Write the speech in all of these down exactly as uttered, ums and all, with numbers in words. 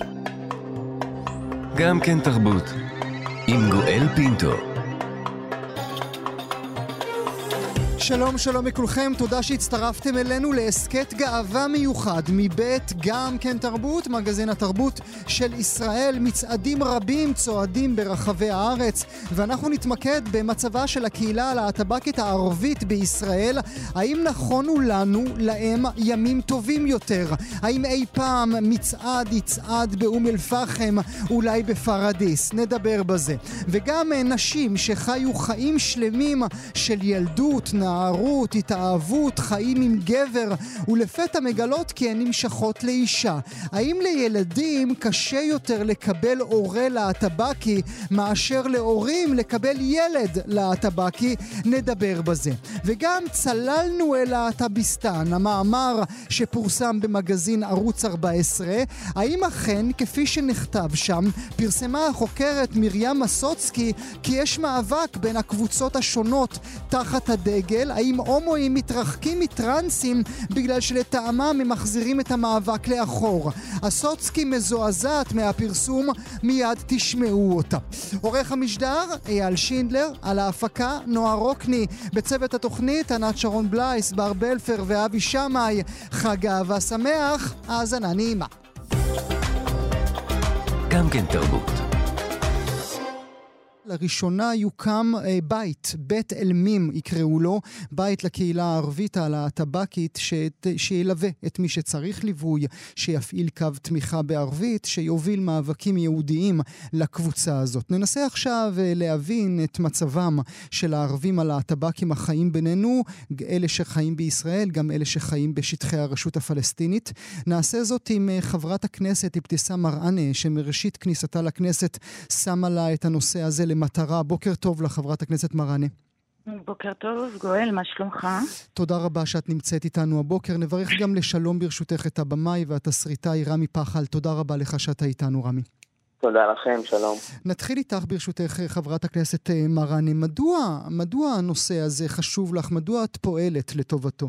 גם כן תרבות, עם גואל פינטו. שלום שלום לכולכם, תודה שהצטרפתם אלינו לעסקת גאווה מיוחד מבית גם כן תרבות, מגזין התרבות של ישראל. מצעדים רבים צועדים ברחבי הארץ, ואנחנו נתמקד במצבה של הקהילה הלהט"בקית הערבית בישראל. האם נכונו לנו להם ימים טובים יותר? האם אי פעם מצעד יצעד באום אל פחם, אולי בפרדיס? נדבר בזה. וגם נשים שחיו חיים שלמים של ילדות, נערות, התאהבות, חיים עם גבר, ולפתע מגלות כי הן נמשכות לאישה. האם לילדים קשה יותר לקבל הורה להט"בקי מאשר להורים לקבל ילד להט"בקי? נדבר בזה. וגם צללנו אל להט"ביסטן, המאמר שפורסם במגזין ערוץ ארבע עשרה. האם אכן, כפי שנכתב שם, פרסמה החוקרת מרים מסוצקי כי יש מאבק בין הקבוצות השונות תחת הדגל? האם הומואים מתרחקים מטרנסים בגלל שלטעמם הם מחזירים את המאבק לאחור? הסוצקי מזועזעת מהפרסום, מיד תשמעו אותה. עורך המשדר אייל שינדלר, על ההפקה נועה רוקני, בצוות התוכנית ענת שרון בלייס, בר בלפר ואבי שמאי. חג אהבה שמח, האזנה נעימה. גם כן תרבות. לראשונה יוקם אה, בית, בית אלמים יקראו לו, בית לקהילה הערבית הלהט"בקית שילווה את מי שצריך ליווי, שיפעיל קו תמיכה בערבית, שיוביל מאבקים יהודיים לקבוצה הזאת. ננסה עכשיו אה, להבין את מצבם של הערבים הלהט"בקים החיים בינינו, אלה שחיים בישראל, גם אלה שחיים בשטחי הרשות הפלסטינית. נעשה זאת עם אה, חברת הכנסת אבתיסאם מראענה, שמראשית כניסתה לכנסת שמה לה את הנושא הזה למטרה. בוקר טוב לחברת הכנסת מראענה. בוקר טוב, גואל, מה שלומך? תודה רבה שאת נמצאת איתנו הבוקר. נברך גם לשלום ברשותך את הבמאי והתסריטאי רמי פחל. תודה רבה לך שאתה איתנו, רמי. תודה לכם, שלום. נתחיל איתך ברשותך, חברת הכנסת מראענה. מדוע, מדוע הנושא הזה חשוב לך? מדוע את פועלת לטובתו?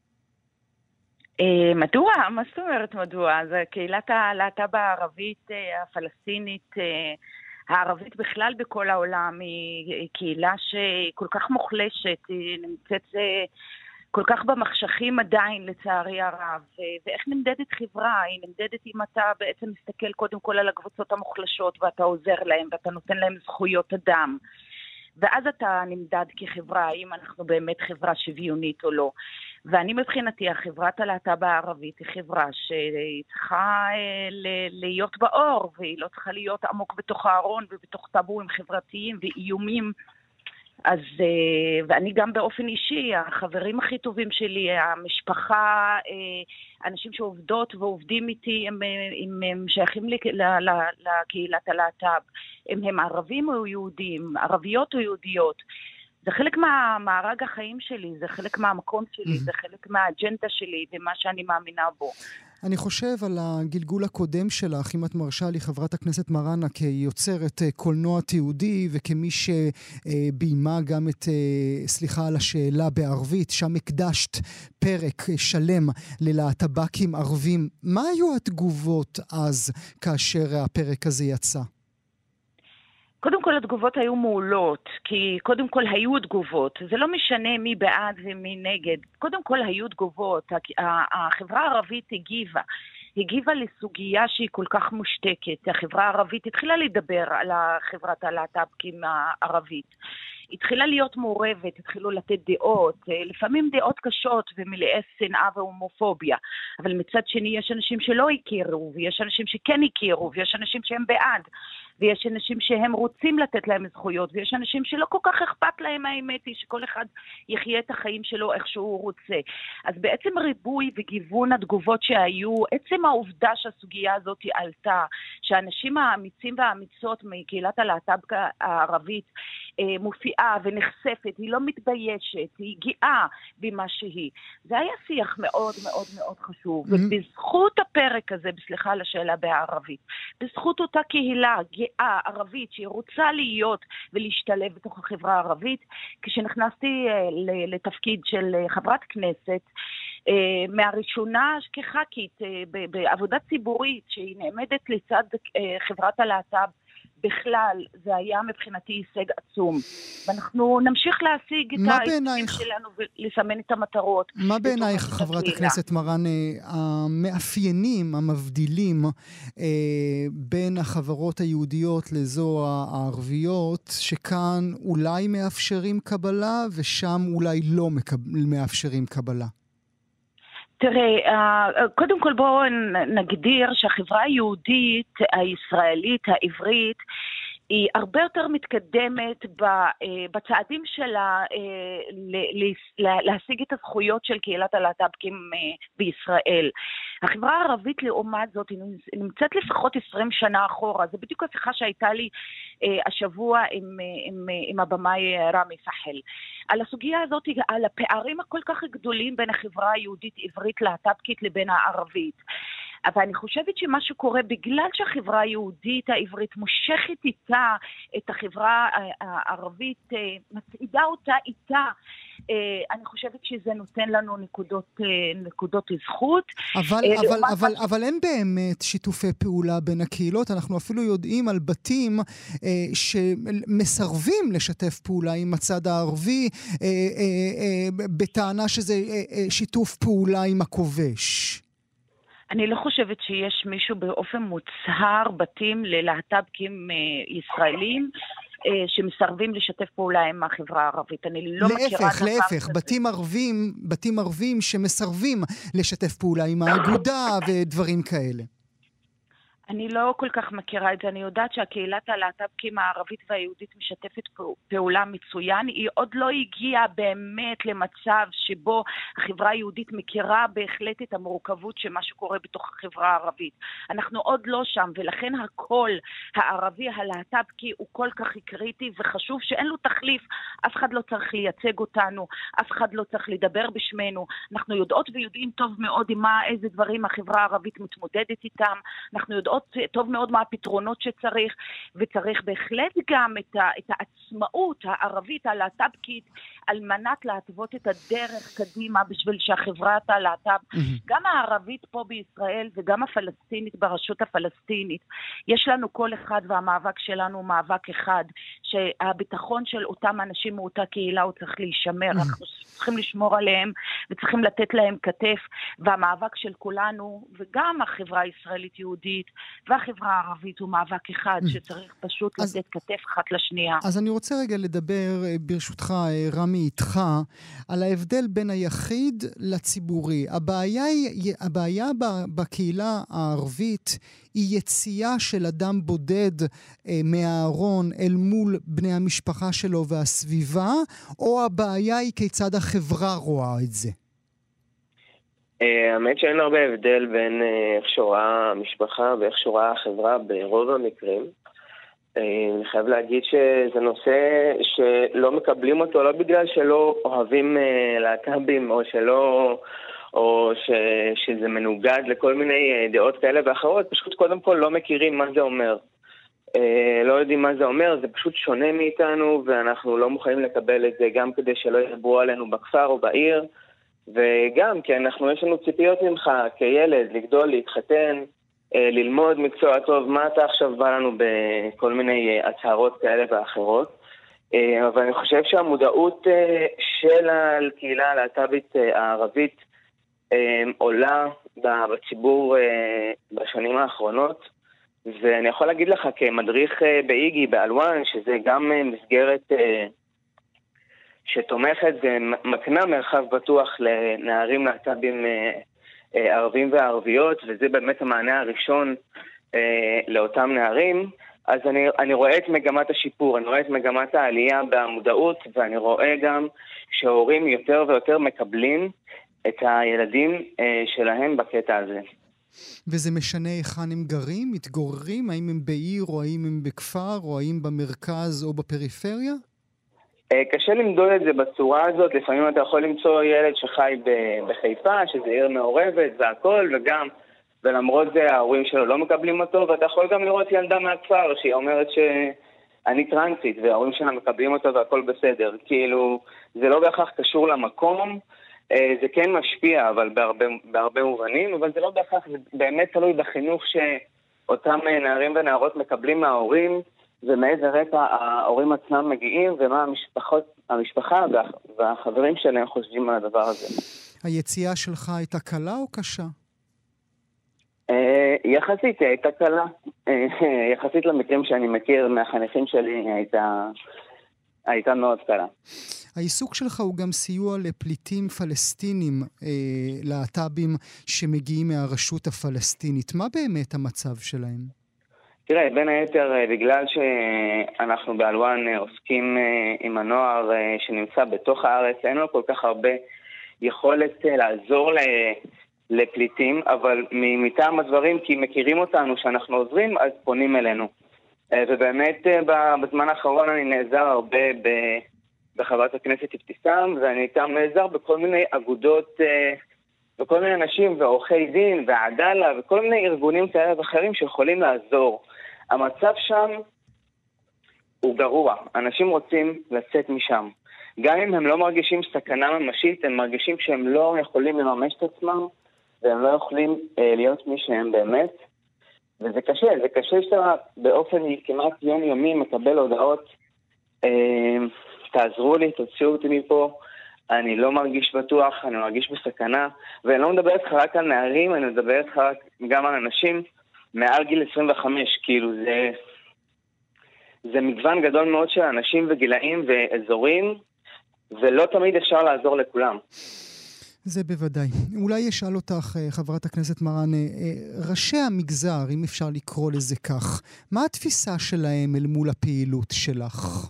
מדוע? מה זאת אומרת מדוע? זה קהילת הלהט"ב הערבית הפלסטינית, הערבית בכלל בכל העולם, היא קהילה שהיא כל כך מוחלשת, היא נמצאת כל כך במחשכים עדיין לצערי הרב. ואיך נמדדת חברה? היא נמדדת אם אתה בעצם מסתכל קודם כל על הקבוצות המוחלשות ואתה עוזר להם ואתה נותן להם זכויות אדם. ואז אתה נמדד כחברה, האם אנחנו באמת חברה שוויונית או לא. ואני מבחינתי, החברת הלהט"ב הערבית היא חברה שהיא צריכה אה, ל- להיות באור, והיא לא צריכה להיות עמוק בתוך הארון ובתוך טאבואים חברתיים ואיומים. אז, אה, ואני גם באופן אישי, החברים הכי טובים שלי, המשפחה, אה, אנשים שעובדות ועובדים איתי, הם, הם, הם שייכים לקהילת הלהט"ב. הם, הם ערבים או יהודים, ערביות או יהודיות. זה חלק מהמארג החיים שלי, זה חלק מהמקום שלי, זה חלק מהאג'נדה שלי ומה שאני מאמינה בו. אני חושב על הגלגול הקודם שלך, אם את מרשה לי, חברת הכנסת מראענה, כיוצרת קולנוע תיעודי וכמי שביימה גם את, סליחה על השאלה בערבית, שם הקדשת פרק שלם ללהט"בקים ערבים. מה היו התגובות אז כאשר הפרק הזה יצא? קודם כל התגובות היו מעולות, כי קודם כל היו תגובות, זה לא משנה מי בעד ומי נגד, קודם כל היו תגובות, החברה הערבית הגיבה, הגיבה לסוגיה שהיא כל כך מושתקת, החברה הערבית התחילה לדבר על חברת הלהט"בקים הערבית, התחילה להיות מעורבת, התחילו לתת דעות, לפעמים דעות קשות ומלאי שנאה והומופוביה, אבל מצד שני יש אנשים שלא הכירו, ויש אנשים שכן הכירו, ויש אנשים שהם בעד, ויש אנשים שהם רוצים לתת להם זכויות, ויש אנשים שלא כל כך אכפת להם, האמת היא שכל אחד יחיה את החיים שלו איך שהוא רוצה. אז בעצם ריבוי וגיוון התגובות שהיו, עצם העובדה שהסוגיה הזאת עלתה, שהאנשים האמיצים והאמיצות מקהילת הלהט"ב הערבית מופיעה ונחשפת, היא לא מתביישת, היא גאה במה שהיא. זה היה שיח מאוד מאוד מאוד חשוב, ובזכות הפרק הזה, בסליחה על השאלה בערבית, בזכות אותה קהילה גאה ערבית שהיא רוצה להיות ולהשתלב בתוך החברה הערבית, כשנכנסתי לתפקיד של חברת כנסת, מהראשונה כח"כית בעבודה ציבורית שהיא נעמדת לצד חברת הלהט"ב בכלל, זה היה מבחינתי הישג עצום. ואנחנו נמשיך להשיג את ההישגים שלנו ולסמן את המטרות. מה בעינייך, חברת הכנסת מרן, המאפיינים, המבדילים בין החברות היהודיות לזו הערביות, שכאן אולי מאפשרים קבלה ושם אולי לא מאפשרים קבלה? תראה, קודם כל בואו נגדיר שהחברה היהודית, הישראלית, העברית, היא הרבה יותר מתקדמת בצעדים שלה להשיג את הזכויות של קהילת הלהט"בים בישראל. החברה הערבית לעומת זאת היא נמצאת לפחות עשרים שנה אחורה. זה בדיוק השיחה שהייתה לי השבוע עם, עם, עם הבמאי רמי סחל. על הסוגיה הזאת, על הפערים הכל כך גדולים בין החברה היהודית עברית להט"בקית לבין הערבית. אבל אני חושבת שמה שקורה, בגלל שהחברה היהודית העברית מושכת איתה את החברה הערבית, מצעידה אותה איתה, אני חושבת שזה נותן לנו נקודות, נקודות זכות. אבל, אבל, אבל, אבל אין באמת שיתופי פעולה בין הקהילות. אנחנו אפילו יודעים על בתים שמסרבים לשתף פעולה עם הצד הערבי, בטענה שזה שיתוף פעולה עם הכובש. אני לא חושבת שיש מישהו באופן מוצהר בתים ללהט"בים ישראלים שמסרבים לשתף פעולה עם החברה הערבית. אני לא מכירה דבר כזה. להפך, להפך, בתים ערבים, בתים ערבים שמסרבים לשתף פעולה עם האגודה ודברים כאלה. אני לא כל כך מכירה את זה. אני יודעת שהקהילת הלהט"בים הערבית והיהודית משתפת פעולה מצוין. היא עוד לא הגיעה באמת למצב שבו החברה היהודית מכירה בהחלט את המורכבות של מה שקורה בתוך החברה הערבית. אנחנו עוד לא שם, ולכן הקול הערבי הלהט"בי הוא כל כך קריטי וחשוב שאין לו תחליף. אף אחד לא צריך לייצג אותנו, אף אחד לא צריך לדבר בשמנו. אנחנו יודעות ויודעים טוב מאוד מה, איזה דברים החברה הערבית מתמודדת איתם. אנחנו יודעות טוב מאוד מה הפתרונות שצריך, וצריך בהחלט גם את, ה, את העצמאות הערבית הלהט"בקית על מנת להתוות את הדרך קדימה בשביל שהחברת הלהט"ב, mm-hmm. גם הערבית פה בישראל וגם הפלסטינית ברשות הפלסטינית, יש לנו כל אחד והמאבק שלנו הוא מאבק אחד, שהביטחון של אותם אנשים מאותה קהילה הוא צריך להישמר, mm-hmm. אנחנו צריכים לשמור עליהם וצריכים לתת להם כתף, והמאבק של כולנו וגם החברה הישראלית יהודית והחברה הערבית הוא מאבק אחד שצריך פשוט אז, לתת כתף אחת לשנייה. אז אני רוצה רגע לדבר ברשותך רמי איתך על ההבדל בין היחיד לציבורי. הבעיה, היא, הבעיה בקהילה הערבית היא יציאה של אדם בודד אה, מהארון אל מול בני המשפחה שלו והסביבה, או הבעיה היא כיצד החברה רואה את זה? האמת שאין הרבה הבדל בין איך שרואה המשפחה ואיך שרואה החברה ברוב המקרים. אני חייב להגיד שזה נושא שלא מקבלים אותו, לא בגלל שלא אוהבים להט"בים או שלא, או ש, שזה מנוגד לכל מיני דעות כאלה ואחרות, פשוט קודם כל לא מכירים מה זה אומר. לא יודעים מה זה אומר, זה פשוט שונה מאיתנו ואנחנו לא מוכנים לקבל את זה גם כדי שלא ירבו עלינו בכפר או בעיר. וגם כי אנחנו, יש לנו ציפיות ממך כילד, לגדול, להתחתן, ללמוד מקצוע טוב, מה אתה עכשיו בא לנו בכל מיני הצהרות כאלה ואחרות. אבל אני חושב שהמודעות של הקהילה הלהט"בית הערבית עולה בציבור בשנים האחרונות, ואני יכול להגיד לך כמדריך באיגי, באלואן, שזה גם מסגרת שתומכת ומקנה מרחב בטוח לנערים להט"בים ערבים וערביות, וזה באמת המענה הראשון לאותם נערים. אז אני, אני רואה את מגמת השיפור, אני רואה את מגמת העלייה במודעות, ואני רואה גם שההורים יותר ויותר מקבלים את הילדים שלהם בקטע הזה. וזה משנה היכן הם גרים, מתגוררים, האם הם בעיר או האם הם בכפר או האם במרכז או בפריפריה? קשה למדוד את זה בצורה הזאת. לפעמים אתה יכול למצוא ילד שחי בחיפה, שזה עיר מעורבת והכל, וגם, ולמרות זה ההורים שלו לא מקבלים אותו, ואתה יכול גם לראות ילדה מהכפר שהיא אומרת שאני טרנסית, וההורים שלה מקבלים אותו והכל בסדר. כאילו, זה לא בהכרח קשור למקום, זה כן משפיע, אבל בהרבה, בהרבה מובנים, אבל זה לא בהכרח, זה באמת תלוי בחינוך שאותם נערים ונערות מקבלים מההורים, ומאיזה רקע ההורים עצמם מגיעים, ומה המשפחות, המשפחה והחברים שלהם חושבים על הדבר הזה. היציאה שלך הייתה קלה או קשה? יחסית הייתה קלה. יחסית למקרים שאני מכיר מהחניכים שלי הייתה, הייתה מאוד קלה. העיסוק שלך הוא גם סיוע לפליטים פלסטינים, אה, להט"בים שמגיעים מהרשות הפלסטינית. מה באמת המצב שלהם? תראה, בין היתר, בגלל שאנחנו באלואן עוסקים עם הנוער שנמצא בתוך הארץ, אין לו כל כך הרבה יכולת לעזור לפליטים, אבל מטעם הדברים, כי מכירים אותנו שאנחנו עוזרים, אז פונים אלינו. ובאמת, בזמן האחרון אני נעזר הרבה בחברת הכנסת אבתיסאם, ואני איתם נעזר בכל מיני אגודות, בכל מיני אנשים ועורכי דין ועדאלה, וכל מיני ארגונים כאלה ואחרים שיכולים לעזור. המצב שם הוא גרוע. אנשים רוצים לצאת משם. גם אם הם לא מרגישים סכנה ממשית, הם מרגישים שהם לא יכולים לממש את עצמם, והם לא יכולים אה, להיות מי שהם באמת. וזה קשה, זה קשה שאתה באופן כמעט יומיומי מקבל הודעות, אה, תעזרו לי, תוציאו אותי מפה, אני לא מרגיש בטוח, אני מרגיש בסכנה, ואני לא מדבר איתך רק על נערים, אני מדבר איתך גם על אנשים מעל גיל עשרים וחמש, כאילו זה, זה מגוון גדול מאוד של אנשים וגילאים ואזורים, ולא תמיד אפשר לעזור לכולם. זה בוודאי. אולי אשאל אותך, חברת הכנסת מראנה, ראשי המגזר, אם אפשר לקרוא לזה כך, מה התפיסה שלהם אל מול הפעילות שלך?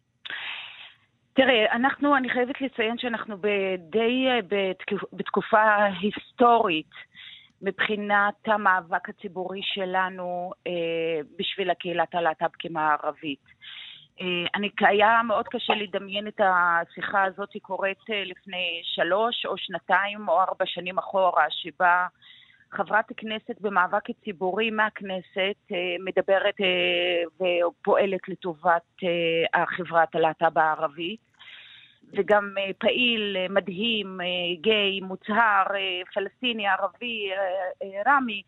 תראה, אנחנו, אני חייבת לציין שאנחנו די בתקופה היסטורית, מבחינת המאבק הציבורי שלנו אה, בשביל הקהילת הלהט"בים הערבית. אה, אני, היה מאוד קשה לדמיין את השיחה הזאת, היא קורית אה, לפני שלוש או שנתיים או ארבע שנים אחורה, שבה חברת הכנסת במאבק הציבורי מהכנסת אה, מדברת אה, ופועלת לטובת אה, החברת הלהט"ב הערבית. וגם פעיל מדהים, גיי, מוצהר, פלסטיני, ערבי, רמי,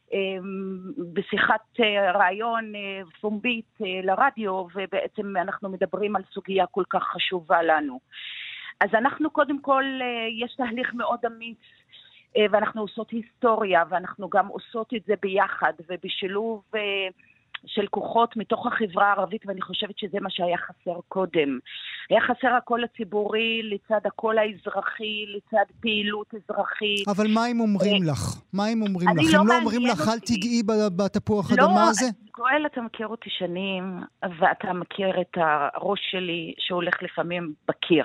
בשיחת רעיון פומבית לרדיו, ובעצם אנחנו מדברים על סוגיה כל כך חשובה לנו. אז אנחנו קודם כל, יש תהליך מאוד אמיץ, ואנחנו עושות היסטוריה, ואנחנו גם עושות את זה ביחד, ובשילוב של כוחות מתוך החברה הערבית, ואני חושבת שזה מה שהיה חסר קודם. היה חסר הקול הציבורי לצד הקול האזרחי, לצד פעילות אזרחית. אבל מה הם אומרים לך? מה הם אומרים לך? הם לא אומרים לך, אל תגעי בתפוח אדמה הזה? לא, גואל, אתה מכיר אותי שנים, ואתה מכיר את הראש שלי שהולך לפעמים בקיר.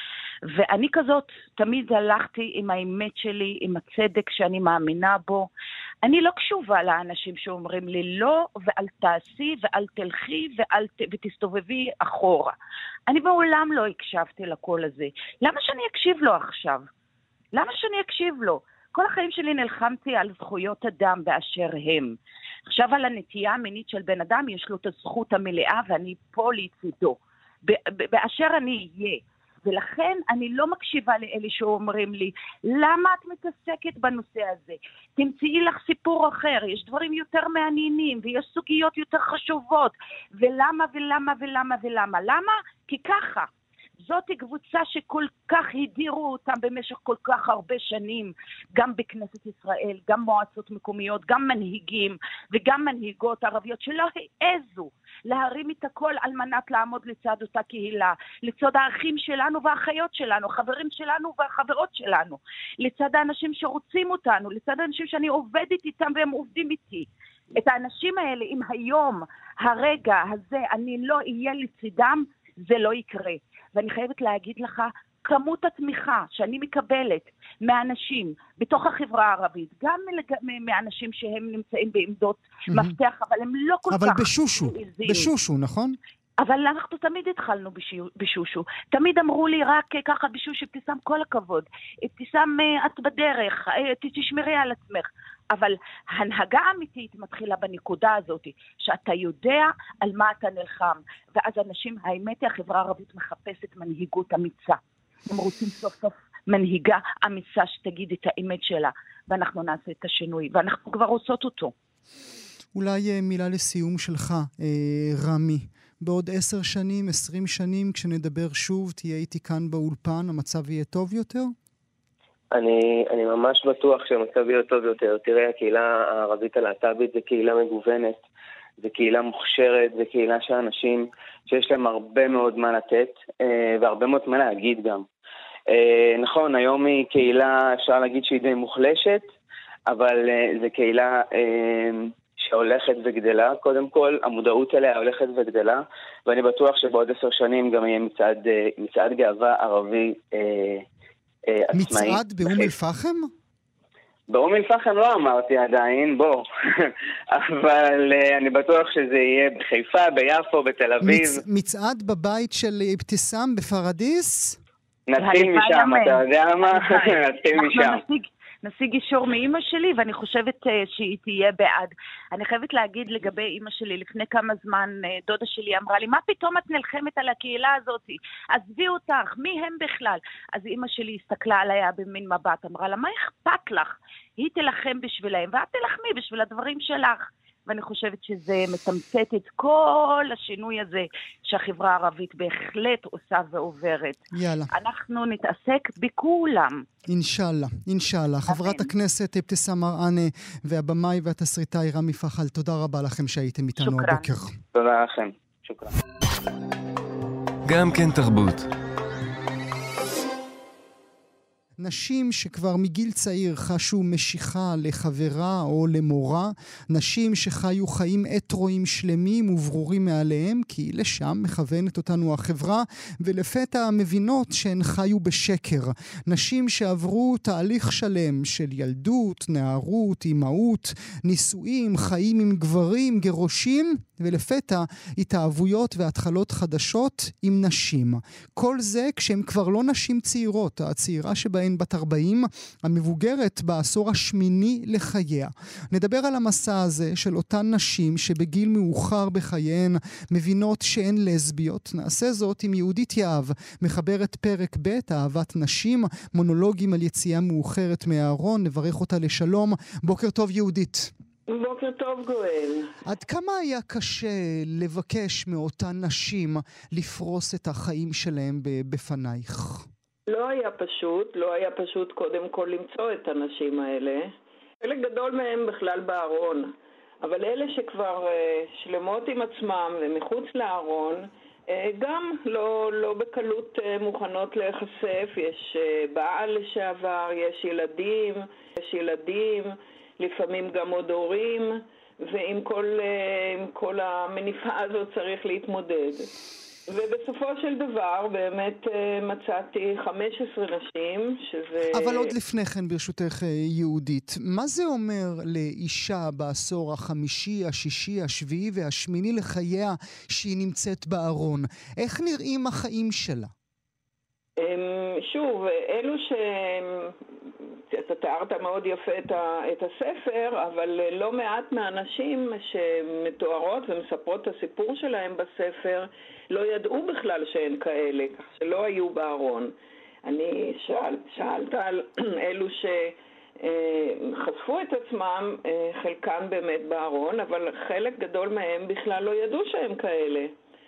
ואני כזאת, תמיד הלכתי עם האמת שלי, עם הצדק שאני מאמינה בו. אני לא קשובה לאנשים שאומרים לי לא, ואל תעשי, ואל תלכי, ואל ת... ותסתובבי אחורה. אני בעולם לא הקשבתי לקול הזה. למה שאני אקשיב לו עכשיו? למה שאני אקשיב לו? כל החיים שלי נלחמתי על זכויות אדם באשר הם. עכשיו על הנטייה המינית של בן אדם, יש לו את הזכות המלאה, ואני פה לצידו. באשר אני אהיה. ולכן אני לא מקשיבה לאלה שאומרים לי, למה את מתעסקת בנושא הזה? תמצאי לך סיפור אחר, יש דברים יותר מעניינים, ויש סוגיות יותר חשובות, ולמה ולמה ולמה ולמה? למה? כי ככה. זאת קבוצה שכל כך הדירו אותם במשך כל כך הרבה שנים, גם בכנסת ישראל, גם מועצות מקומיות, גם מנהיגים וגם מנהיגות ערביות שלא העזו להרים את הכל על מנת לעמוד לצד אותה קהילה, לצד האחים שלנו והאחיות שלנו, החברים שלנו והחברות שלנו, לצד האנשים שרוצים אותנו, לצד האנשים שאני עובדת איתם והם עובדים איתי. את האנשים האלה, אם היום, הרגע הזה, אני לא אהיה לצדם, זה לא יקרה. ואני חייבת להגיד לך, כמות התמיכה שאני מקבלת מאנשים בתוך החברה הערבית, גם מאנשים שהם נמצאים בעמדות מפתח, אבל הם לא כל כך... אבל בשושו, בשושו, נכון? אבל אנחנו תמיד התחלנו בשושו. תמיד אמרו לי רק ככה בשושו, אבתיסאם, כל הכבוד. אבתיסאם, את בדרך, תשמרי על עצמך. אבל הנהגה אמיתית מתחילה בנקודה הזאת, שאתה יודע על מה אתה נלחם. ואז אנשים, האמת היא, החברה הערבית מחפשת מנהיגות אמיצה. הם רוצים סוף סוף מנהיגה אמיצה שתגיד את האמת שלה, ואנחנו נעשה את השינוי, ואנחנו כבר עושות אותו. אולי מילה לסיום שלך, רמי. בעוד עשר שנים, עשרים שנים, כשנדבר שוב, תהיה איתי כאן באולפן, המצב יהיה טוב יותר? אני, אני ממש בטוח שהמצב יהיה טוב יותר. תראה, הקהילה הערבית הלהט"בית זה קהילה מגוונת, זה קהילה מוכשרת, זה קהילה של אנשים שיש להם הרבה מאוד מה לתת, והרבה מאוד מה להגיד גם. נכון, היום היא קהילה, אפשר להגיד שהיא די מוחלשת, אבל זה קהילה שהולכת וגדלה. קודם כל, המודעות אליה הולכת וגדלה, ואני בטוח שבעוד עשר שנים גם יהיה מצעד, מצעד גאווה ערבי עצמאי. מצעד באום אל-פחם? באום אל-פחם לא אמרתי עדיין, בוא. אבל אני בטוח שזה יהיה בחיפה, ביפו, בתל אביב. מצ... מצעד בבית של אבתיסאם בפרדיס? נתחיל משם, אתה יודע מה? נתחיל משם. נשיג אישור מאמא שלי, ואני חושבת uh, שהיא תהיה בעד. אני חייבת להגיד לגבי אמא שלי, לפני כמה זמן uh, דודה שלי אמרה לי, מה פתאום את נלחמת על הקהילה הזאת? עזבי אותך, מי הם בכלל? אז אמא שלי הסתכלה עליה במין מבט, אמרה לה, מה אכפת לך? היא תלחם בשבילהם, ואת תלחמי בשביל הדברים שלך. ואני חושבת שזה מתמצת את כל השינוי הזה שהחברה הערבית בהחלט עושה ועוברת. יאללה. אנחנו נתעסק בכולם. אינשאללה, אינשאללה. חברת הכנסת אבתיסאם מראענה והבמאי והתסריטאי רמי פחל, תודה רבה לכם שהייתם איתנו הבוקר. תודה לכם. שוקרן. גם כן תרבות. נשים שכבר מגיל צעיר חשו משיכה לחברה או למורה, נשים שחיו חיים אתרואים שלמים וברורים מעליהם, כי לשם מכוונת אותנו החברה, ולפתע מבינות שהן חיו בשקר. נשים שעברו תהליך שלם של ילדות, נערות, אימהות, נישואים, חיים עם גברים, גירושים, ולפתע התאהבויות והתחלות חדשות עם נשים. כל זה כשהן כבר לא נשים צעירות, הצעירה שבהן בת ארבעים, המבוגרת בעשור השמיני לחייה. נדבר על המסע הזה של אותן נשים שבגיל מאוחר בחייהן מבינות שהן לסביות. נעשה זאת עם יהודית יהב, מחברת פרק ב' אהבת נשים, מונולוגים על יציאה מאוחרת מהארון. נברך אותה לשלום. בוקר טוב יהודית. בוקר טוב גואל. עד כמה היה קשה לבקש מאותן נשים לפרוס את החיים שלהם בפנייך? לא היה פשוט, לא היה פשוט קודם כל למצוא את הנשים האלה. חלק גדול מהם בכלל בארון, אבל אלה שכבר שלמות עם עצמם ומחוץ לארון, גם לא, לא בקלות מוכנות להיחשף. יש בעל לשעבר, יש ילדים, יש ילדים, לפעמים גם עוד הורים, ועם כל, עם כל המניפה הזאת צריך להתמודד. ובסופו של דבר באמת מצאתי חמש עשרה נשים, שזה... אבל עוד לפני כן ברשותך יהודית, מה זה אומר לאישה בעשור החמישי, השישי, השביעי והשמיני לחייה שהיא נמצאת בארון? איך נראים החיים שלה? שוב, אלו ש... אתה תיארת מאוד יפה את, ה... את הספר, אבל לא מעט מהנשים שמתוארות ומספרות את הסיפור שלהם בספר, לא ידעו בכלל שהן כאלה, כך שלא היו בארון. אני שאל, שאלת על אלו שחשפו את עצמם, חלקן באמת בארון, אבל חלק גדול מהם בכלל לא ידעו שהן כאלה.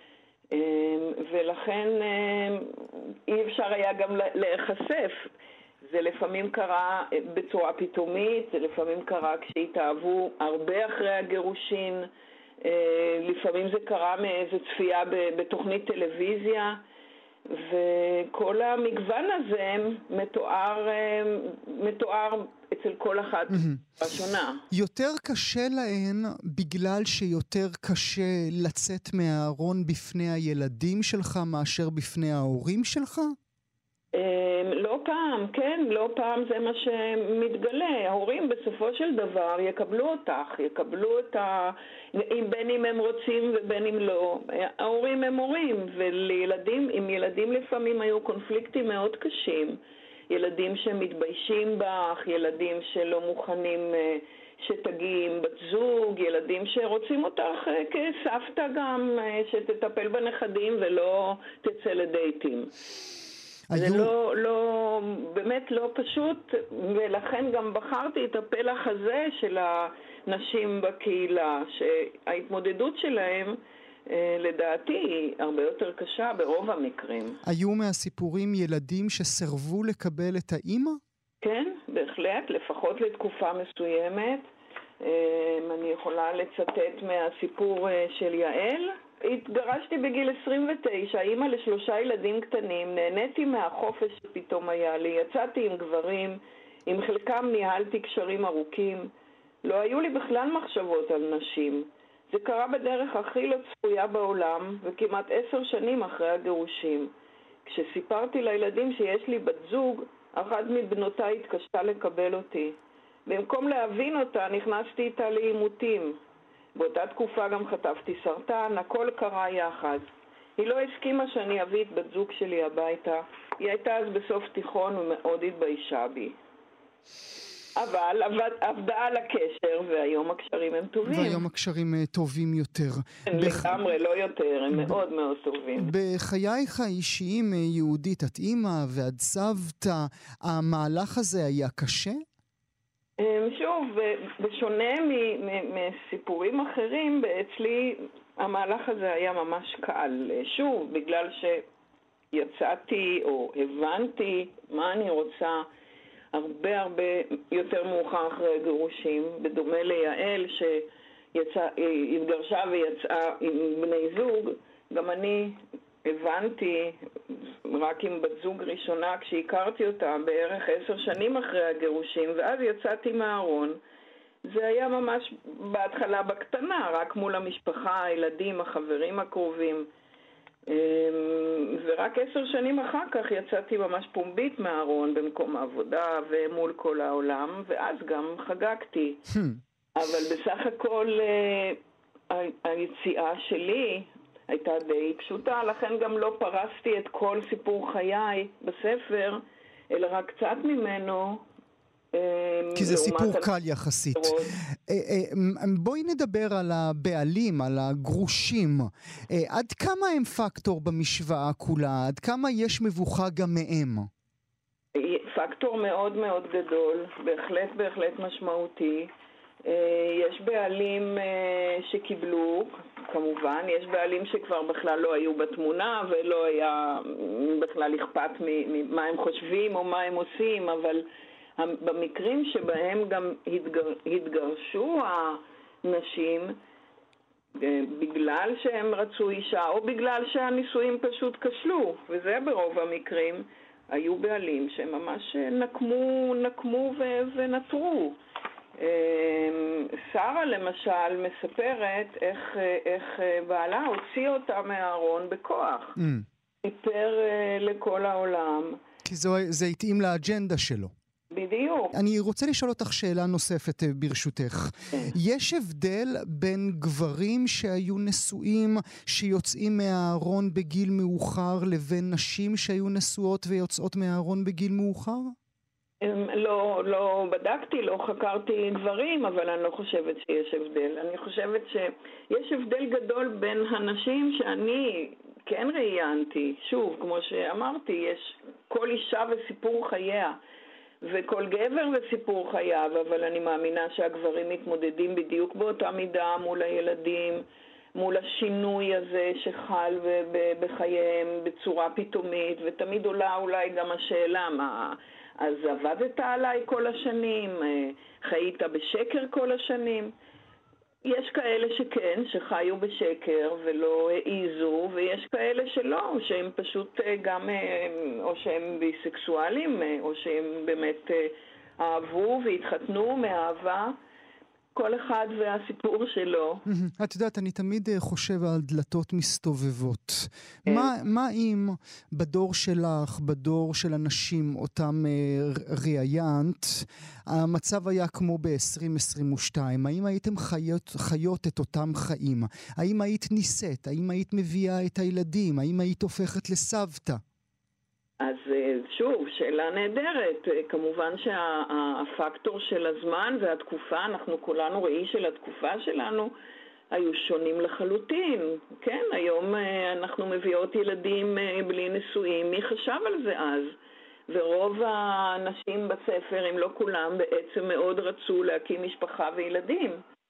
ולכן אי אפשר היה גם להיחשף. זה לפעמים קרה בצורה פתאומית, זה לפעמים קרה כשהתאהבו הרבה אחרי הגירושין, לפעמים זה קרה מאיזו צפייה בתוכנית טלוויזיה, וכל המגוון הזה מתואר, מתואר אצל כל אחת השונה. יותר קשה להן בגלל שיותר קשה לצאת מהארון בפני הילדים שלך מאשר בפני ההורים שלך? לא פעם, כן, לא פעם זה מה שמתגלה. ההורים בסופו של דבר יקבלו אותך, יקבלו את ה... בין אם הם רוצים ובין אם לא. ההורים הם הורים, ולילדים, עם ילדים לפעמים היו קונפליקטים מאוד קשים. ילדים שמתביישים בך, ילדים שלא מוכנים שתגיעים בת זוג, ילדים שרוצים אותך כסבתא גם, שתטפל בנכדים ולא תצא לדייטים. היו... זה לא, לא, באמת לא פשוט, ולכן גם בחרתי את הפלח הזה של הנשים בקהילה, שההתמודדות שלהם לדעתי היא הרבה יותר קשה ברוב המקרים. היו מהסיפורים ילדים שסרבו לקבל את האמא? כן, בהחלט, לפחות לתקופה מסוימת. אני יכולה לצטט מהסיפור של יעל. התגרשתי בגיל עשרים ותשע, אימא לשלושה ילדים קטנים, נהניתי מהחופש שפתאום היה לי, יצאתי עם גברים, עם חלקם ניהלתי קשרים ארוכים, לא היו לי בכלל מחשבות על נשים. זה קרה בדרך הכי לא צפויה בעולם, וכמעט עשר שנים אחרי הגירושים. כשסיפרתי לילדים שיש לי בת זוג, אחת מבנותיי התקשתה לקבל אותי. במקום להבין אותה, נכנסתי איתה לעימותים. באותה תקופה גם חטפתי סרטן, הכל קרה יחד. היא לא הסכימה שאני אביא את בת זוג שלי הביתה. היא הייתה אז בסוף תיכון ומאוד התביישה בי. אבל עבד, עבדה על הקשר, והיום הקשרים הם טובים. והיום הקשרים טובים יותר. בח... לגמרי, לא יותר, הם ב... מאוד מאוד טובים. בחייך האישיים, יהודית, את אימא ועד סבתא, המהלך הזה היה קשה? שוב, בשונה מסיפורים אחרים, אצלי המהלך הזה היה ממש קל. שוב, בגלל שיצאתי או הבנתי מה אני רוצה הרבה הרבה יותר מאוחר אחרי הגירושים, בדומה ליעל שהתגרשה ויצאה עם בני זוג, גם אני הבנתי רק עם בת זוג ראשונה כשהכרתי אותה בערך עשר שנים אחרי הגירושים, ואז יצאתי מהארון. זה היה ממש בהתחלה בקטנה, רק מול המשפחה, הילדים, החברים הקרובים. ורק עשר שנים אחר כך יצאתי ממש פומבית מהארון במקום העבודה ומול כל העולם, ואז גם חגגתי. אבל בסך הכל היציאה שלי הייתה די פשוטה, לכן גם לא פרסתי את כל סיפור חיי בספר, אלא רק קצת ממנו. כי זה סיפור קל יחסית. בואי נדבר על הבעלים, על הגרושים. עד כמה הם פקטור במשוואה כולה? עד כמה יש מבוכה גם מהם? פקטור מאוד מאוד גדול, בהחלט בהחלט משמעותי. יש בעלים שקיבלו, כמובן, יש בעלים שכבר בכלל לא היו בתמונה ולא היה בכלל אכפת ממה הם חושבים או מה הם עושים, אבל במקרים שבהם גם התגר... התגרשו הנשים בגלל שהם רצו אישה או בגלל שהנישואים פשוט כשלו, וזה ברוב המקרים, היו בעלים שהם ממש נקמו, נקמו ו... ונטרו. שרה למשל מספרת איך, איך בעלה הוציא אותה מהארון בכוח. סיפר לכל העולם. כי זו, זה התאים לאג'נדה שלו. בדיוק. אני רוצה לשאול אותך שאלה נוספת ברשותך. יש הבדל בין גברים שהיו נשואים שיוצאים מהארון בגיל מאוחר לבין נשים שהיו נשואות ויוצאות מהארון בגיל מאוחר? לא, לא בדקתי, לא חקרתי דברים, אבל אני לא חושבת שיש הבדל. אני חושבת שיש הבדל גדול בין הנשים שאני כן ראיינתי. שוב, כמו שאמרתי, יש כל אישה וסיפור חייה. וכל גבר וסיפור חייו, אבל אני מאמינה שהגברים מתמודדים בדיוק באותה מידה מול הילדים, מול השינוי הזה שחל בחייהם בצורה פתאומית, ותמיד עולה אולי גם השאלה, מה, אז עבדת עליי כל השנים, חיית בשקר כל השנים? יש כאלה שכן, שחיו בשקר ולא העיזו, ויש כאלה שלא, שהם פשוט גם, או שהם ביסקסואלים, או שהם באמת אהבו והתחתנו מאהבה. כל אחד והסיפור שלו. את יודעת, אני תמיד חושב על דלתות מסתובבות. מה, מה אם בדור שלך, בדור של אנשים, אותם ראיינת, המצב היה כמו ב-עשרים עשרים ושתיים? האם הייתם חיות, חיות את אותם חיים? האם היית ניסית? האם היית מביאה את הילדים? האם היית הופכת לסבתא? אז שוב, שאלה נהדרת. כמובן שהפקטור של הזמן והתקופה, אנחנו כולנו ראי של התקופה שלנו, היו שונים לחלוטין. כן, היום אנחנו מביאות ילדים בלי נישואים. מי חשב על זה אז? ורוב האנשים בספר, אם לא כולם, בעצם מאוד רצו להקים משפחה וילדים.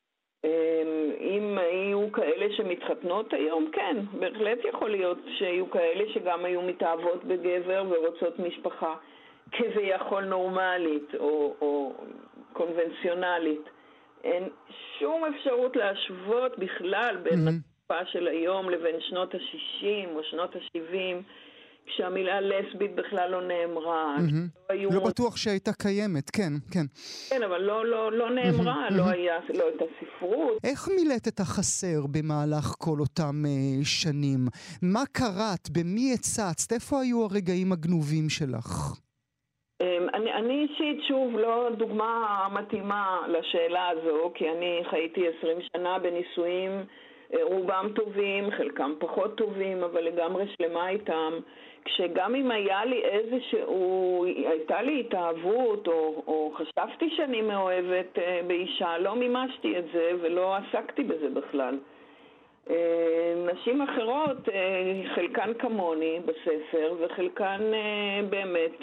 אם היו כאלה שמתחתנות היום, כן, בהחלט יכול להיות שיהיו כאלה שגם היו מתאהבות בגבר ורוצות משפחה כביכול נורמלית או, או קונבנציונלית. אין שום אפשרות להשוות בכלל בין mm-hmm. התקופה של היום לבין שנות ה-שישים או שנות ה-שבעים, כשהמילה לסבית בכלל לא נאמרה. Mm-hmm. לא, היו... לא בטוח שהייתה קיימת, כן, כן. כן, אבל לא, לא, לא נאמרה, mm-hmm. לא היה, לא הייתה ספרות. איך מילאת את החסר במהלך כל אותם uh, שנים? מה קראת? במי הצצת? איפה היו הרגעים הגנובים שלך? אני, אני אישית, שוב, לא דוגמה מתאימה לשאלה הזו, כי אני חייתי עשרים שנה בנישואים, רובם טובים, חלקם פחות טובים, אבל לגמרי שלמה איתם. כשגם אם היה לי איזשהו, הייתה לי התאהבות, או, או חשבתי שאני מאוהבת באישה, לא מימשתי את זה ולא עסקתי בזה בכלל. נשים אחרות, חלקן כמוני בספר, וחלקן באמת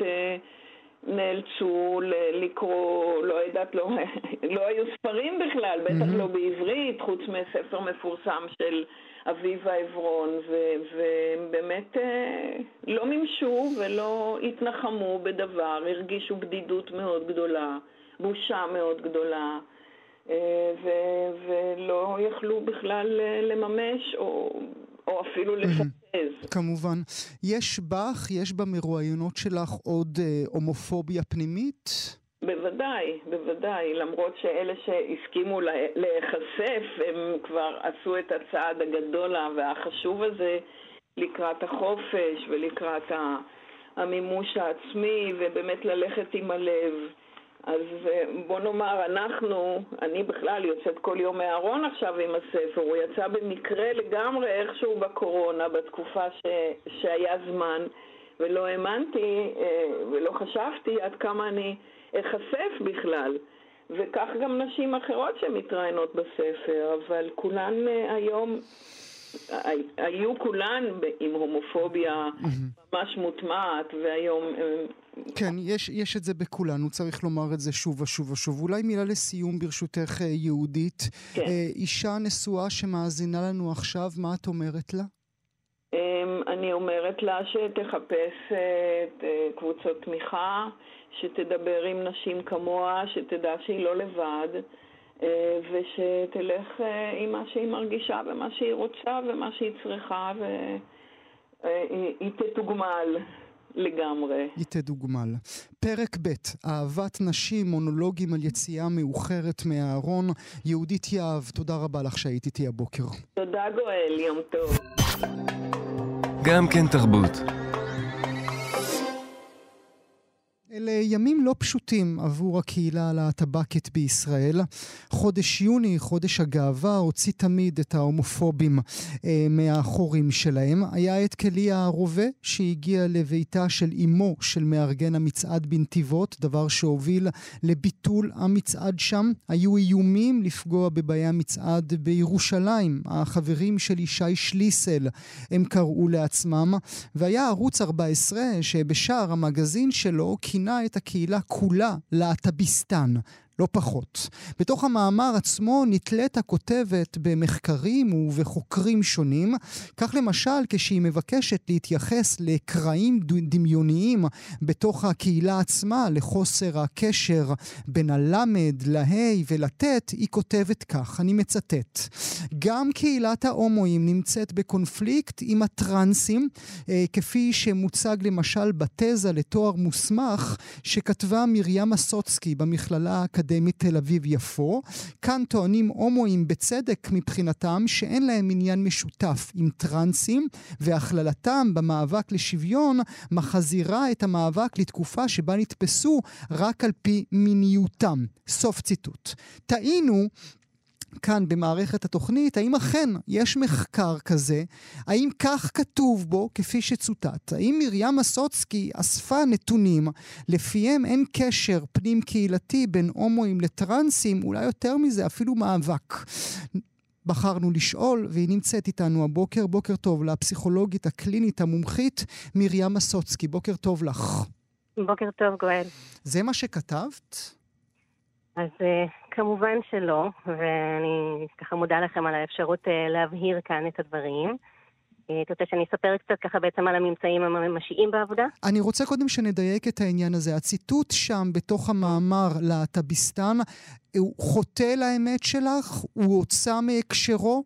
נאלצו לקרוא, לא יודעת, לא, לא היו ספרים בכלל, בטח mm-hmm. לא בעברית, חוץ מספר מפורסם של אביבה עברון, ובאמת לא מימשו ולא התנחמו בדבר, הרגישו בדידות מאוד גדולה, בושה מאוד גדולה, ו- ולא יכלו בכלל לממש או, או אפילו לפתז. כמובן. יש בך, יש במרואיינות שלך עוד אה, הומופוביה פנימית? בוודאי, בוודאי. למרות שאלה שהסכימו להיחשף, הם כבר עשו את הצעד הגדול והחשוב הזה לקראת החופש ולקראת המימוש העצמי, ובאמת ללכת עם הלב. אז בוא נאמר, אנחנו, אני בכלל יוצאת כל יום מהארון עכשיו עם הספר, הוא יצא במקרה לגמרי איכשהו בקורונה, בתקופה ש, שהיה זמן, ולא האמנתי ולא חשבתי עד כמה אני אחשף בכלל. וכך גם נשים אחרות שמתראיינות בספר, אבל כולן היום, היו כולן עם הומופוביה ממש מוטמעת, והיום... כן, יש, יש את זה בכולנו, צריך לומר את זה שוב ושוב ושוב. אולי מילה לסיום ברשותך יהודית. כן. אישה נשואה שמאזינה לנו עכשיו, מה את אומרת לה? אני אומרת לה שתחפש קבוצות תמיכה, שתדבר עם נשים כמוה, שתדע שהיא לא לבד, ושתלך עם מה שהיא מרגישה ומה שהיא רוצה ומה שהיא צריכה, והיא תתוגמל לגמרי. היא תדוגמל. פרק ב', אהבת נשים, מונולוגים על יציאה מאוחרת מהארון. יהודית יהב, תודה רבה לך שהיית איתי הבוקר. תודה גואל, יום טוב. גם כן תרבות. אלה ימים לא פשוטים עבור הקהילה הלהט"בקית בישראל. חודש יוני, חודש הגאווה, הוציא תמיד את ההומופובים אה, מהחורים שלהם. היה את קליה הרובה שהגיע לביתה של אמו של מארגן המצעד בנתיבות, דבר שהוביל לביטול המצעד שם. היו איומים לפגוע בבעי המצעד בירושלים. החברים של ישי שליסל הם קראו לעצמם, והיה ערוץ ארבע עשרה שבשער המגזין שלו כינה את הקהילה כולה להט"ביסטן, לא פחות. בתוך המאמר עצמו נתלית הכותבת במחקרים ובחוקרים שונים, כך למשל כשהיא מבקשת להתייחס לקרעים דמיוניים בתוך הקהילה עצמה, לחוסר הקשר בין הלמד, להי ולתת, היא כותבת כך, אני מצטט: גם קהילת ההומואים נמצאת בקונפליקט עם הטרנסים, כפי שמוצג למשל בתזה לתואר מוסמך שכתבה מרים מסוצקי במכללה האקדמית תל אביב יפו. כאן טוענים הומואים בצדק מבחינתם שאין להם עניין משותף עם טרנסים, והכללתם במאבק לשוויון מחזירה את המאבק לתקופה שבה נתפסו רק על פי מיניותם. סוף ציטוט. טעינו כאן במערכת התוכנית, האם אכן יש מחקר כזה? האם כך כתוב בו כפי שצוטט? האם מרים מסוצקי אספה נתונים לפיהם אין קשר פנים קהילתי בין הומואים לטרנסים? אולי יותר מזה, אפילו מאבק. בחרנו לשאול, והיא נמצאת איתנו הבוקר. בוקר טוב לפסיכולוגית הקלינית המומחית מרים מסוצקי. בוקר טוב לך. בוקר טוב, גואל. זה מה שכתבת? אז כמובן שלא, ואני ככה מודה לכם על האפשרות להבהיר כאן את הדברים. אתה רוצה שאני אספר קצת ככה בעצם על הממצאים הממשיים בעבודה? אני רוצה קודם שנדייק את העניין הזה. הציטוט שם בתוך המאמר להט"ביסטן, הוא חוטא לאמת שלך? הוא הוצא מהקשרו?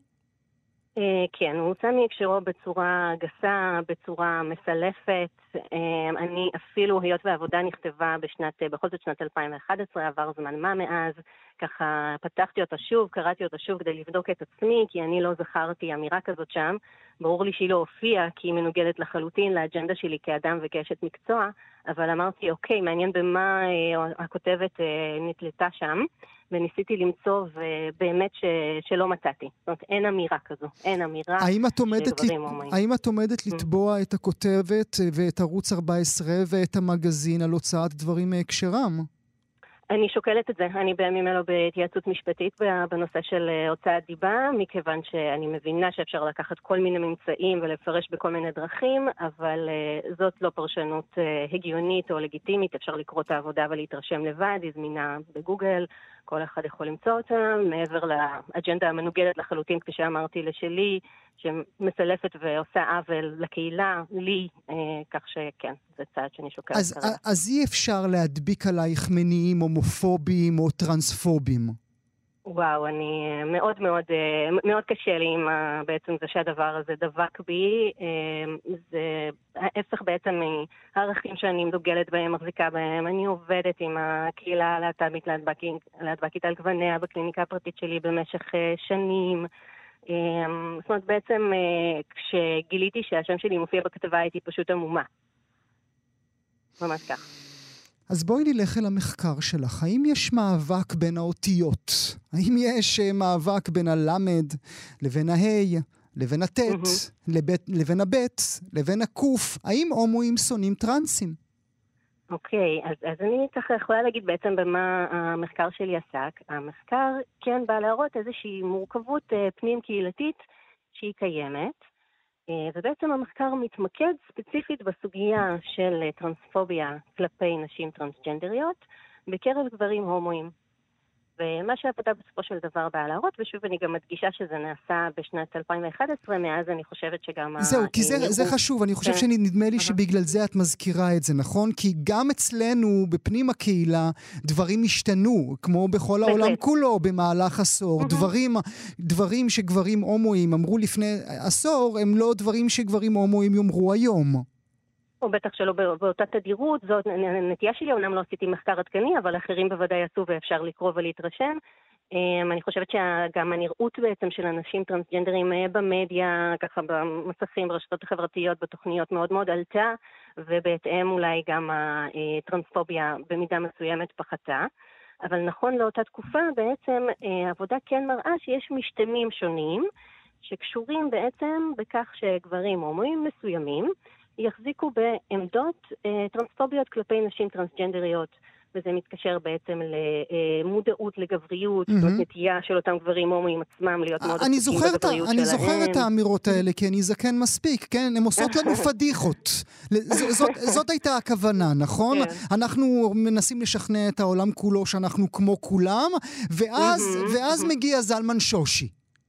כן, הוא הוצא מהקשרו בצורה גסה, בצורה מסלפת. אני אפילו, היות והעבודה נכתבה בשנת, בכל זאת שנת אלפיים ואחת עשרה, עבר זמן מה מאז, ככה פתחתי אותה שוב, קראתי אותה שוב כדי לבדוק את עצמי, כי אני לא זכרתי אמירה כזאת שם. ברור לי שהיא לא הופיעה, כי היא מנוגדת לחלוטין לאג'נדה שלי כאדם וכאשת מקצוע, אבל אמרתי, אוקיי, מעניין במה הכותבת נתלתה שם, וניסיתי למצוא, ובאמת ש... שלא מצאתי. זאת אומרת, אין אמירה כזו, אין אמירה שגברים הומואים. האם את עומדת לתבוע את הכותבת ואת ערוץ ארבע עשרה ואת המגזין על הוצאת דברים מהקשרם? אני שוקלת את זה. אני בימים אלו בהתייעצות משפטית בנושא של הוצאת דיבה, מכיוון שאני מבינה שאפשר לקחת כל מיני ממצאים ולפרש בכל מיני דרכים, אבל זאת לא פרשנות הגיונית או לגיטימית. אפשר לקרוא את העבודה ולהתרשם לבד, היא זמינה בגוגל, כל אחד יכול למצוא אותה, מעבר לאג'נדה המנוגדת לחלוטין, כפי שאמרתי לשלי, שמסלפת ועושה עוול לקהילה, לי, אה, כך שכן, זה צעד שאני שוקלת אז, כרגע. אז אי אפשר להדביק עלייך מניעים הומופובים או טרנספובים. וואו, אני מאוד מאוד, מאוד קשה לי עם בעצם זה שהדבר הזה דבק בי. זה ההפך בעצם מהערכים שאני מדוגלת בהם, מחזיקה בהם. אני עובדת עם הקהילה הלהט"בית להטבקית על גווניה בקליניקה הפרטית שלי במשך שנים. זאת אומרת, בעצם כשגיליתי שהשם שלי מופיע בכתבה הייתי פשוט עמומה. ממש כך. אז בואי נלך אל המחקר שלך. האם יש מאבק בין האותיות? האם יש מאבק בין הלמד לבין ההי, לבין הטט, לבין הבט, לבין הקוף? האם הומואים שונאים טרנסים? אוקיי, אז, אז אני ככה יכולה להגיד בעצם במה המחקר שלי עסק. המחקר כן בא להראות איזושהי מורכבות פנים קהילתית שהיא קיימת. ובעצם המחקר מתמקד ספציפית בסוגיה של טרנספוביה כלפי נשים טרנסג'נדריות בקרב גברים הומואים. ומה שהעבודה בסופו של דבר באה להראות, ושוב אני גם מדגישה שזה נעשה בשנת אלפיים ואחת עשרה, מאז אני חושבת שגם... זהו, כי זה, זה חשוב, אני חושב שנדמה לי שבגלל זה את מזכירה את זה, נכון? כי גם אצלנו, בפנים הקהילה, דברים השתנו, כמו בכל העולם כולו, במהלך עשור. דברים, דברים שגברים הומואים אמרו לפני עשור, הם לא דברים שגברים הומואים יאמרו היום. או בטח שלא באותה תדירות, זאת נטייה שלי, אומנם לא עשיתי מחקר עדכני, אבל אחרים בוודאי עשו ואפשר לקרוא ולהתרשם. אני חושבת שגם הנראות בעצם של אנשים טרנסג'נדרים במדיה, ככה במסכים, ברשתות החברתיות, בתוכניות מאוד מאוד עלתה, ובהתאם אולי גם הטרנספוביה במידה מסוימת פחתה. אבל נכון לאותה תקופה בעצם העבודה כן מראה שיש משתמים שונים, שקשורים בעצם בכך שגברים הומואים מסוימים, יחזיקו בעמדות אה, טרנספוביות כלפי נשים טרנסג'נדריות, וזה מתקשר בעצם למודעות לגבריות, mm-hmm. זאת נטייה של אותם גברים הומואים עצמם להיות מאוד עסוקים בגבריות שלהם. אני זוכר את האמירות האלה, כי אני זקן מספיק, כן? הן עושות לנו פדיחות. זאת, זאת הייתה הכוונה, נכון? כן. אנחנו מנסים לשכנע את העולם כולו שאנחנו כמו כולם, ואז, mm-hmm. ואז mm-hmm. מגיע זלמן שושי.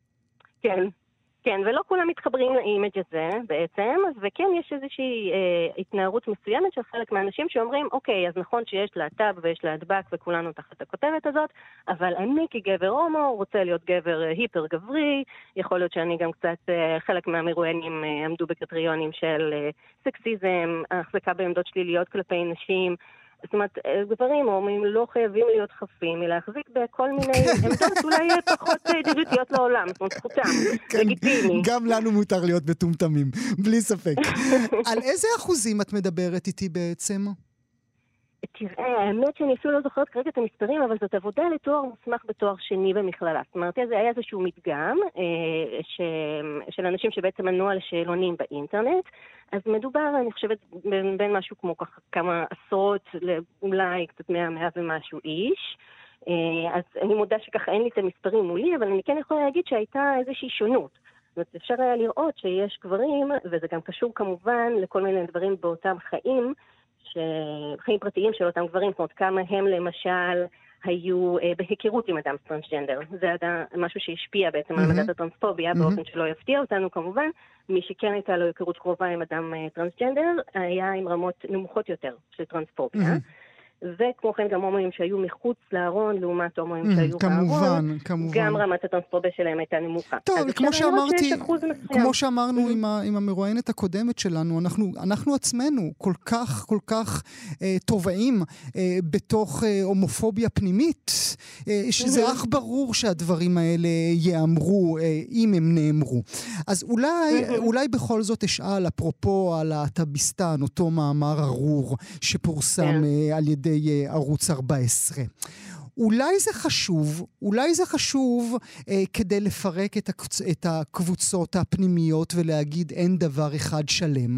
כן. כן, ולא כולם מתחברים לאימג' הזה בעצם, וכן יש איזושהי אה, התנערות מסוימת של חלק מהאנשים שאומרים, אוקיי, אז נכון שיש להט"ב ויש להדבק וכולנו תחת הכותרת הזאת, אבל אני כגבר הומו רוצה להיות גבר אה, היפר גברי, יכול להיות שאני גם קצת, אה, חלק מהמרואיינים אה, עמדו בקריטריונים של אה, סקסיזם, החזקה בעמדות שליליות כלפי נשים, זאת אומרת, גברים הומואים לא חייבים להיות חפים, אלא להחזיק בכל מיני עמדות אולי פחות ידידותיות לעולם, זאת אומרת, זכותם, לגיטימי. גם לנו מותר להיות מטומטמים, בלי ספק. על איזה אחוזים את מדברת איתי בעצם? תראה, האמת שאני אפילו לא זוכרת כרגע את המספרים, אבל זאת עבודה לתואר מוסמך בתואר שני במכללה. זאת אומרת, זה היה איזשהו מדגם אה, ש... של אנשים שבעצם ענו על שאלונים באינטרנט, אז מדובר, אני חושבת, בין, בין משהו כמו ככה, כמה עשרות, אולי קצת מאה, מאה ומשהו איש, אז אני מודה שככה אין לי את המספרים מולי, אבל אני כן יכולה להגיד שהייתה איזושהי שונות. זאת אומרת, אפשר היה לראות שיש גברים, וזה גם קשור כמובן לכל מיני דברים באותם חיים, חיים פרטיים של אותם גברים, זאת אומרת, כמה הם למשל היו אה, בהיכרות עם אדם טרנסג'נדר. זה היה משהו שהשפיע בעצם mm-hmm. על מדד הטרנספוביה, mm-hmm. באופן שלא יפתיע אותנו כמובן. מי שכן הייתה לו היכרות קרובה עם אדם אה, טרנסג'נדר, היה עם רמות נמוכות יותר של טרנספוביה. Mm-hmm. וכמו כן גם הומואים שהיו מחוץ לארון, לעומת הומואים mm, שהיו בארון, כמובן. גם רמת הטרנספוביה שלהם הייתה נמוכה. טוב, כמו שאמרתי, כמו שאמרנו mm-hmm. עם, ה, עם המרואיינת הקודמת שלנו, אנחנו, אנחנו עצמנו כל כך, כל כך אה, טובעים אה, בתוך אה, הומופוביה פנימית, אה, שזה mm-hmm. אך ברור שהדברים האלה יאמרו, אה, אם הם נאמרו. אז אולי, mm-hmm. אולי בכל זאת אשאל, אפרופו על הטביסטן, אותו מאמר ארור שפורסם yeah. אה, על ידי ערוץ ארבע עשרה. אולי זה חשוב, אולי זה חשוב אה, כדי לפרק את, הקבוצ... את הקבוצות הפנימיות ולהגיד אין דבר אחד שלם.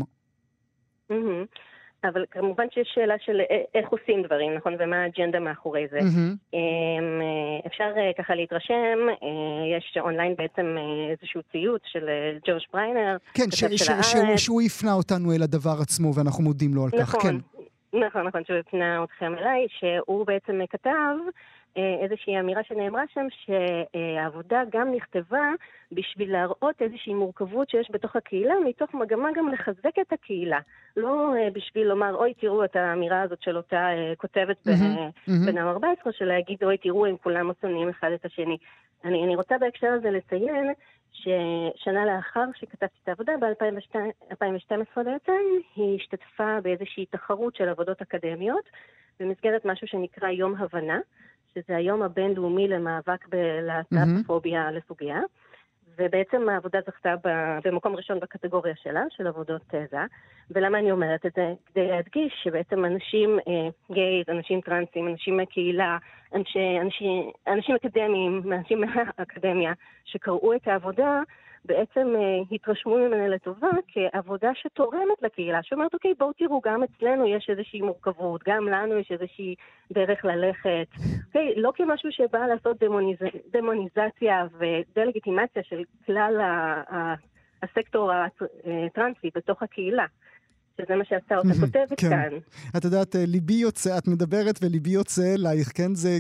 Mm-hmm. אבל כמובן שיש שאלה של איך עושים דברים, נכון? ומה האג'נדה מאחורי זה. Mm-hmm. אפשר ככה להתרשם, יש אונליין בעצם איזשהו ציוץ של ג'ורג' בריינר. כן, ש- ש- שהוא, שהוא יפנה אותנו אל הדבר עצמו ואנחנו מודים לו על כך, נכון. כן. נכון, נכון, שהוא הפנה אתכם אליי, שהוא בעצם כתב איזושהי אמירה שנאמרה שם, שהעבודה גם נכתבה בשביל להראות איזושהי מורכבות שיש בתוך הקהילה, מתוך מגמה גם לחזק את הקהילה. לא בשביל לומר, אוי, תראו את האמירה הזאת של אותה כותבת בן ארבע עשרה, של להגיד, אוי, תראו, הם כולם מוצאים אחד את השני. אני, אני רוצה בהקשר הזה לציין, ששנה לאחר שכתבתי את העבודה, ב-אלפיים ושתים עשרה בעצם, היא השתתפה באיזושהי תחרות של עבודות אקדמיות, במסגרת משהו שנקרא יום הבנה, שזה היום הבינלאומי למאבק בלהט"בופוביה לסוגיה, ובעצם העבודה זכתה במקום ראשון בקטגוריה שלה, של עבודות תזה. ולמה אני אומרת את זה? כדי להדגיש שבעצם אנשים אה, גייז, אנשים טרנסים, אנשים מהקהילה, אנשי, אנשי, אנשים אקדמיים, אנשים מהאקדמיה, שקראו את העבודה, בעצם אה, התרשמו ממנה לטובה כעבודה שתורמת לקהילה, שאומרת, אוקיי, בואו תראו, גם אצלנו יש איזושהי מורכבות, גם לנו יש איזושהי דרך ללכת, אוקיי, לא כמשהו שבא לעשות דמוניז... דמוניזציה ודלגיטימציה של כלל ה... ה... הסקטור הטרנסי בתוך הקהילה. שזה מה שעשה אותה כותבת כאן. את יודעת, ליבי יוצא, את מדברת וליבי יוצא אלייך, כן? זה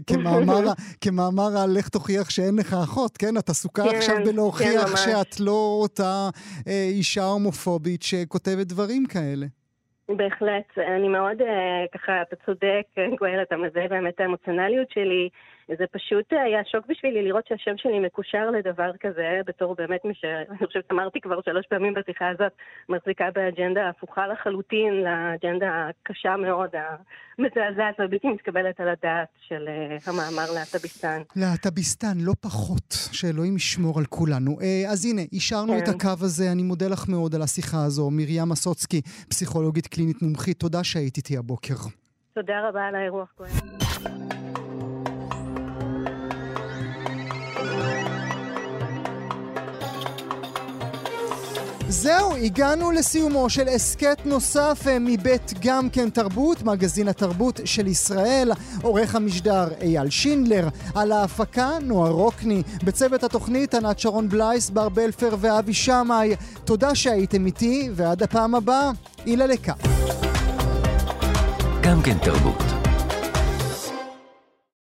כמאמר על לך תוכיח שאין לך אחות, כן? את עסוקה עכשיו בלהוכיח שאת לא אותה אישה הומופובית שכותבת דברים כאלה. בהחלט, אני מאוד ככה, אתה צודק, גואל, אתה מזהה באמת האמוציונליות שלי, זה פשוט היה שוק בשבילי לראות שהשם שלי מקושר לדבר כזה, בתור באמת מי שאני חושבת, אמרתי כבר שלוש פעמים בשיחה הזאת, מחזיקה באג'נדה הפוכה לחלוטין, לאג'נדה הקשה מאוד, המזעזעת והבלתי מתקבלת על הדעת של המאמר להט"ביסטן. להט"ביסטן, לא פחות, שאלוהים ישמור על כולנו. אז הנה, אישרנו את הקו הזה, אני מודה לך מאוד על השיחה הזו. מרים מסוצקי, פסיכולוגית קלינית מומחית, תודה שהיית איתי הבוקר. תודה רבה על האירוח, גואל. זהו, הגענו לסיומו של עסקת נוסף מבית גם כן תרבות, מגזין התרבות של ישראל, עורך המשדר אייל שינדלר, על ההפקה נועה רוקני, בצוות התוכנית ענת שרון בלייס, בר בלפר ואבי שמאי. תודה שהייתם איתי, ועד הפעם הבאה, אילה לקה. גם כן תרבות.